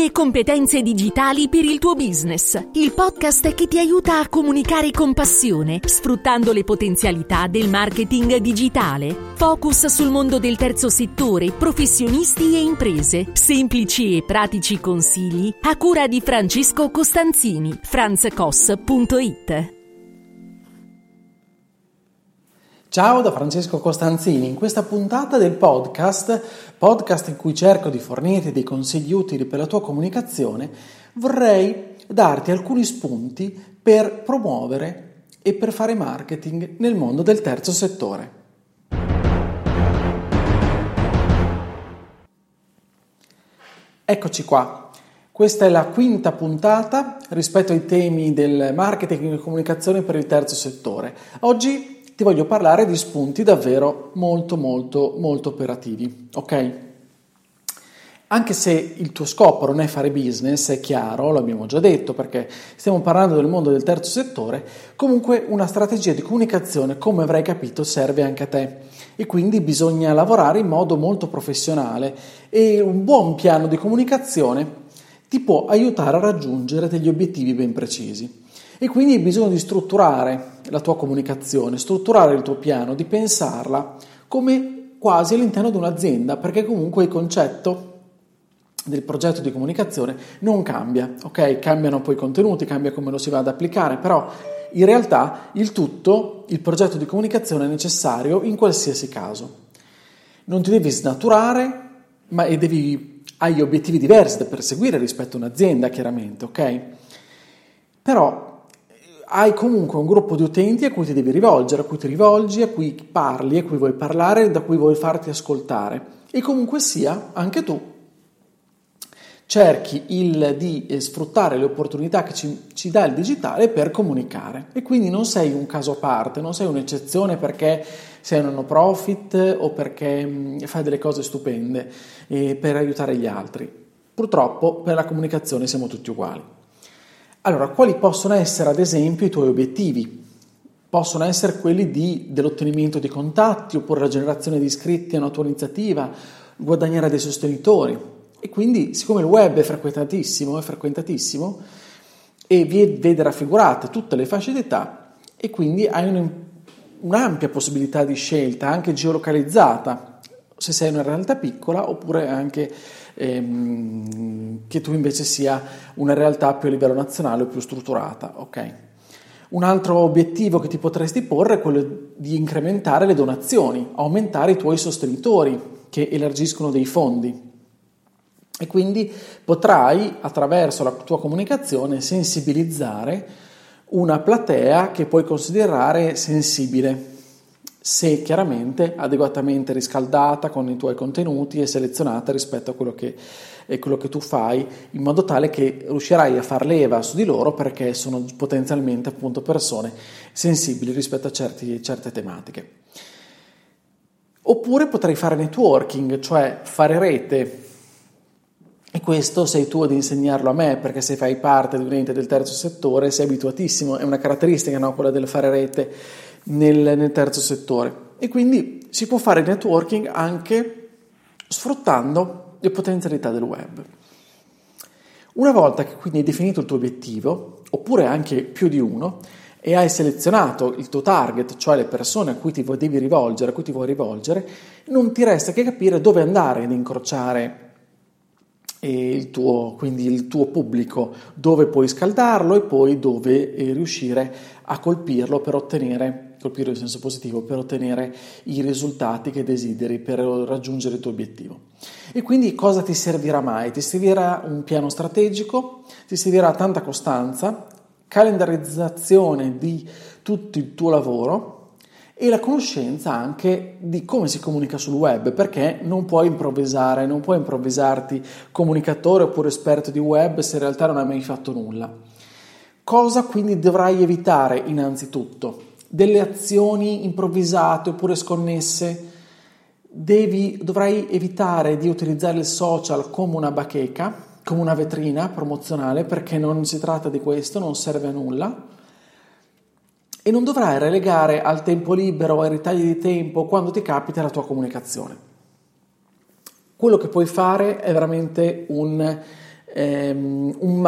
e competenze digitali per il tuo business. Il podcast che ti aiuta a comunicare con passione, sfruttando le potenzialità del marketing digitale. Focus sul mondo del terzo settore, professionisti e imprese. Semplici e pratici consigli a cura di Francesco Costanzini, franzcos.it. Ciao da Francesco Costanzini. In questa puntata del podcast in cui cerco di fornirti dei consigli utili per la tua comunicazione, vorrei darti alcuni spunti per promuovere e per fare marketing nel mondo del terzo settore. Eccoci qua. Questa è la quinta puntata rispetto ai temi del marketing e comunicazione per il terzo settore. Oggi ti voglio parlare di spunti davvero molto operativi, ok? Anche se il tuo scopo non è fare business, è chiaro, l'abbiamo già detto perché stiamo parlando del mondo del terzo settore, comunque una strategia di comunicazione, come avrai capito, serve anche a te e quindi bisogna lavorare in modo molto professionale e un buon piano di comunicazione ti può aiutare a raggiungere degli obiettivi ben precisi. E quindi hai bisogno di strutturare la tua comunicazione, strutturare il tuo piano, di pensarla come quasi all'interno di un'azienda, perché comunque il concetto del progetto di comunicazione non cambia, ok? Cambiano poi i contenuti, cambia come lo si va ad applicare, però in realtà il progetto di comunicazione è necessario in qualsiasi caso. Non ti devi snaturare, ma hai obiettivi diversi da perseguire rispetto a un'azienda, chiaramente, ok? Però hai comunque un gruppo di utenti a cui ti devi rivolgere, a cui ti rivolgi, a cui parli, a cui vuoi parlare, da cui vuoi farti ascoltare. E comunque sia, anche tu cerchi di sfruttare le opportunità che ci dà il digitale per comunicare. E quindi non sei un caso a parte, non sei un'eccezione perché sei un no profit o perché fai delle cose stupende per aiutare gli altri. Purtroppo per la comunicazione siamo tutti uguali. Allora, quali possono essere ad esempio i tuoi obiettivi? Possono essere quelli dell'ottenimento di contatti oppure la generazione di iscritti a una tua iniziativa, guadagnare dei sostenitori. E quindi, siccome il web è frequentatissimo e vede raffigurate tutte le fasce d'età e quindi hai un'ampia possibilità di scelta, anche geolocalizzata, se sei una realtà piccola oppure anche che tu invece sia una realtà più a livello nazionale o più strutturata, ok? Un altro obiettivo che ti potresti porre è quello di incrementare le donazioni, aumentare i tuoi sostenitori che elargiscono dei fondi e quindi potrai attraverso la tua comunicazione sensibilizzare una platea che puoi considerare sensibile, se chiaramente adeguatamente riscaldata con i tuoi contenuti e selezionata rispetto a quello che tu fai, in modo tale che riuscirai a far leva su di loro perché sono potenzialmente appunto persone sensibili rispetto a certe tematiche. Oppure potrai fare networking, cioè fare rete, e questo sei tu ad insegnarlo a me, perché se fai parte di un ente del terzo settore sei abituatissimo, è una caratteristica, no, quella del fare rete nel terzo settore. E quindi si può fare networking anche sfruttando le potenzialità del web. Una volta che quindi hai definito il tuo obiettivo, oppure anche più di uno, e hai selezionato il tuo target, cioè le persone a cui ti vuoi rivolgere, non ti resta che capire dove andare ad incrociare il tuo pubblico, dove puoi scaldarlo e poi dove riuscire a colpirlo in senso positivo, per ottenere i risultati che desideri per raggiungere il tuo obiettivo. E quindi cosa ti servirà mai? Ti servirà un piano strategico, ti servirà tanta costanza, calendarizzazione di tutto il tuo lavoro e la conoscenza anche di come si comunica sul web, perché non puoi improvvisarti comunicatore oppure esperto di web se in realtà non hai mai fatto nulla. Cosa quindi dovrai evitare innanzitutto? Delle azioni improvvisate oppure sconnesse? Dovrai evitare di utilizzare il social come una bacheca, come una vetrina promozionale, perché non si tratta di questo, non serve a nulla. E non dovrai relegare al tempo libero, ai ritagli di tempo, quando ti capita la tua comunicazione. Quello che puoi fare è veramente un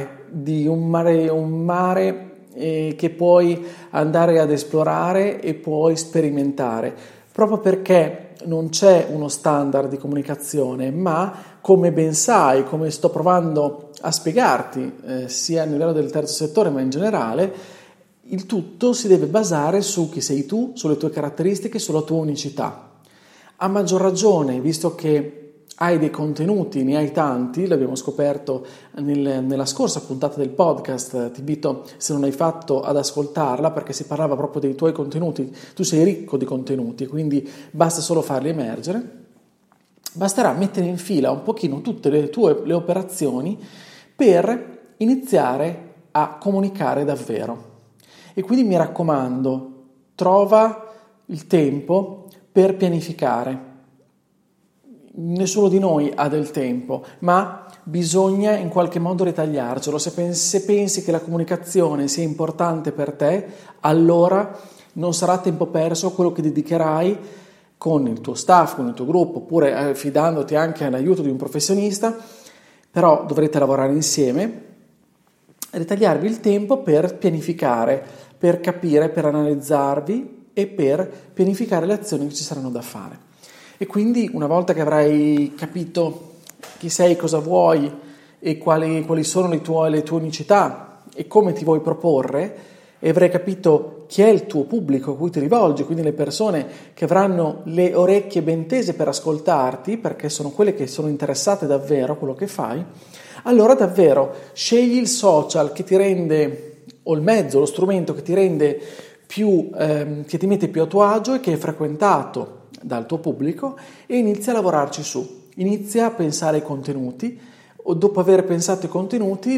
mare che puoi andare ad esplorare e puoi sperimentare, proprio perché non c'è uno standard di comunicazione, ma come ben sai, come sto provando a spiegarti, sia a livello del terzo settore ma in generale, il tutto si deve basare su chi sei tu, sulle tue caratteristiche, sulla tua unicità. A maggior ragione, visto che hai dei contenuti, ne hai tanti, l'abbiamo scoperto nella scorsa puntata del podcast, ti invito, se non hai fatto, ad ascoltarla, perché si parlava proprio dei tuoi contenuti. Tu sei ricco di contenuti, quindi basta solo farli emergere. Basterà mettere in fila un pochino tutte le operazioni per iniziare a comunicare davvero. E quindi mi raccomando, trova il tempo per pianificare. Nessuno di noi ha del tempo, ma bisogna in qualche modo ritagliarcelo. Se pensi che la comunicazione sia importante per te, allora non sarà tempo perso quello che dedicherai con il tuo staff, con il tuo gruppo, oppure fidandoti anche all'aiuto di un professionista, però dovrete lavorare insieme, ritagliarvi il tempo per pianificare, per capire, per analizzarvi e per pianificare le azioni che ci saranno da fare. E quindi una volta che avrai capito chi sei, cosa vuoi e quali sono le tue unicità e come ti vuoi proporre, e avrai capito chi è il tuo pubblico a cui ti rivolgi, quindi le persone che avranno le orecchie ben tese per ascoltarti, perché sono quelle che sono interessate davvero a quello che fai, allora davvero scegli il social che ti rende, o il mezzo, lo strumento che ti rende che ti mette più a tuo agio e che è frequentato dal tuo pubblico, e inizia a lavorarci su, inizia a pensare ai contenuti, o dopo aver pensato ai contenuti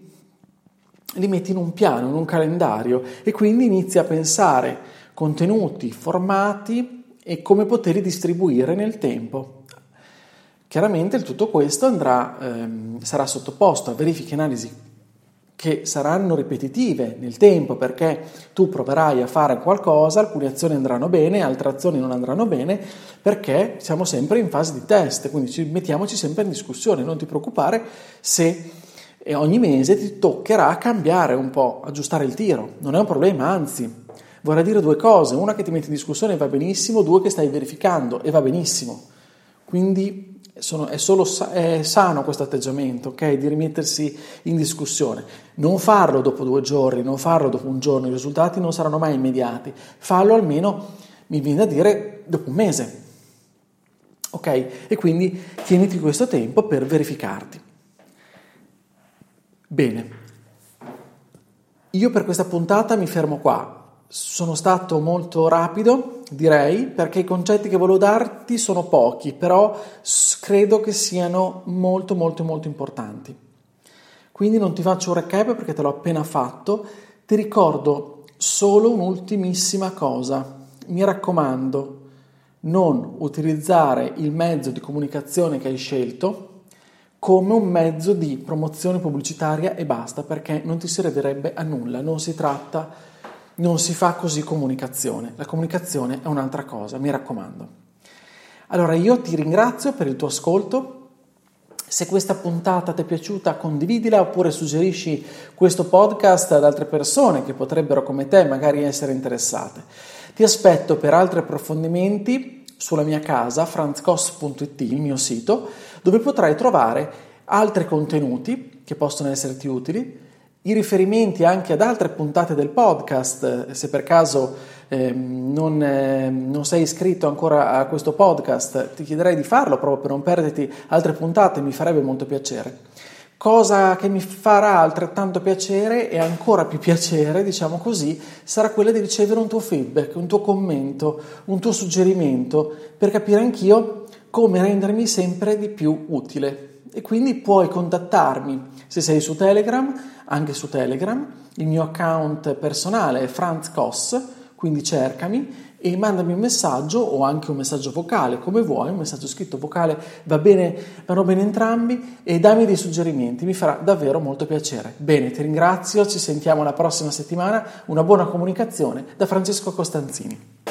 li metti in un piano, in un calendario, e quindi inizia a pensare contenuti, formati e come poterli distribuire nel tempo. Chiaramente tutto questo sarà sottoposto a verifiche e analisi che saranno ripetitive nel tempo, perché tu proverai a fare qualcosa, alcune azioni andranno bene, altre azioni non andranno bene, perché siamo sempre in fase di test, quindi mettiamoci sempre in discussione. Non ti preoccupare se ogni mese ti toccherà cambiare un po', aggiustare il tiro, non è un problema, anzi, vorrei dire due cose: una, che ti metti in discussione e va benissimo; due, che stai verificando e va benissimo. Quindi è sano questo atteggiamento, ok? Di rimettersi in discussione. Non farlo dopo 2 giorni, non farlo dopo un giorno, i risultati non saranno mai immediati. Fallo almeno, mi viene da dire, dopo un mese, ok? E quindi tieniti questo tempo per verificarti. Bene, io per questa puntata mi fermo qua. Sono stato molto rapido, direi, perché i concetti che volevo darti sono pochi, però credo che siano molto molto molto importanti. Quindi non ti faccio un recap perché te l'ho appena fatto, ti ricordo solo un'ultimissima cosa. Mi raccomando, non utilizzare il mezzo di comunicazione che hai scelto come un mezzo di promozione pubblicitaria e basta, perché non ti servirebbe a nulla. Non si fa così comunicazione. La comunicazione è un'altra cosa, mi raccomando. Allora io ti ringrazio per il tuo ascolto. Se questa puntata ti è piaciuta, condividila, oppure suggerisci questo podcast ad altre persone che potrebbero, come te, magari essere interessate. Ti aspetto per altri approfondimenti sulla mia casa, franzcos.it, il mio sito, dove potrai trovare altri contenuti che possono esserti utili, i riferimenti anche ad altre puntate del podcast. Se per caso non sei iscritto ancora a questo podcast, ti chiederei di farlo proprio per non perderti altre puntate, mi farebbe molto piacere. Cosa che mi farà altrettanto piacere, e ancora più piacere, diciamo così, sarà quella di ricevere un tuo feedback, un tuo commento, un tuo suggerimento, per capire anch'io come rendermi sempre di più utile. E quindi puoi contattarmi, se sei su Telegram, anche su Telegram. Il mio account personale è franzcos, quindi cercami e mandami un messaggio, o anche un messaggio vocale, come vuoi, un messaggio scritto, vocale, va bene, vanno bene entrambi, e dammi dei suggerimenti, mi farà davvero molto piacere. Bene, ti ringrazio, ci sentiamo la prossima settimana, una buona comunicazione da Francesco Costanzini.